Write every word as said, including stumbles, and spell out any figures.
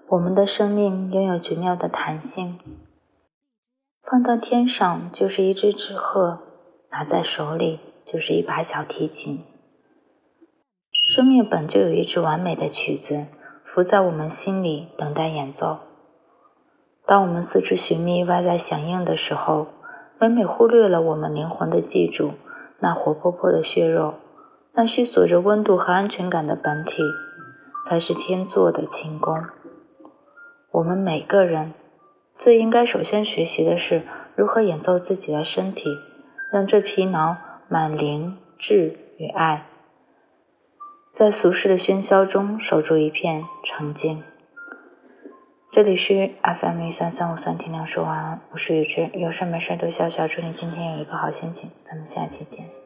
我们的生命拥有绝妙的弹性，放到天上就是一只纸鹤，拿在手里就是一把小提琴。生命本就有一支完美的曲子，伏在我们心里等待演奏。当我们四处寻觅外在响应的时候，每每忽略了我们灵魂的寄主，那活泼泼的血肉，那需锁着温度和安全感的本体，才是天作的琴弓。我们每个人最应该首先学习的是如何演奏自己的身体，让这皮囊满灵、智与爱，在俗世的喧嚣中守住一片澄净。这里是 F M 一三三五三，听亮说晚安，我是雨之，有事没事都笑笑，祝你今天有一个好心情，咱们下期见。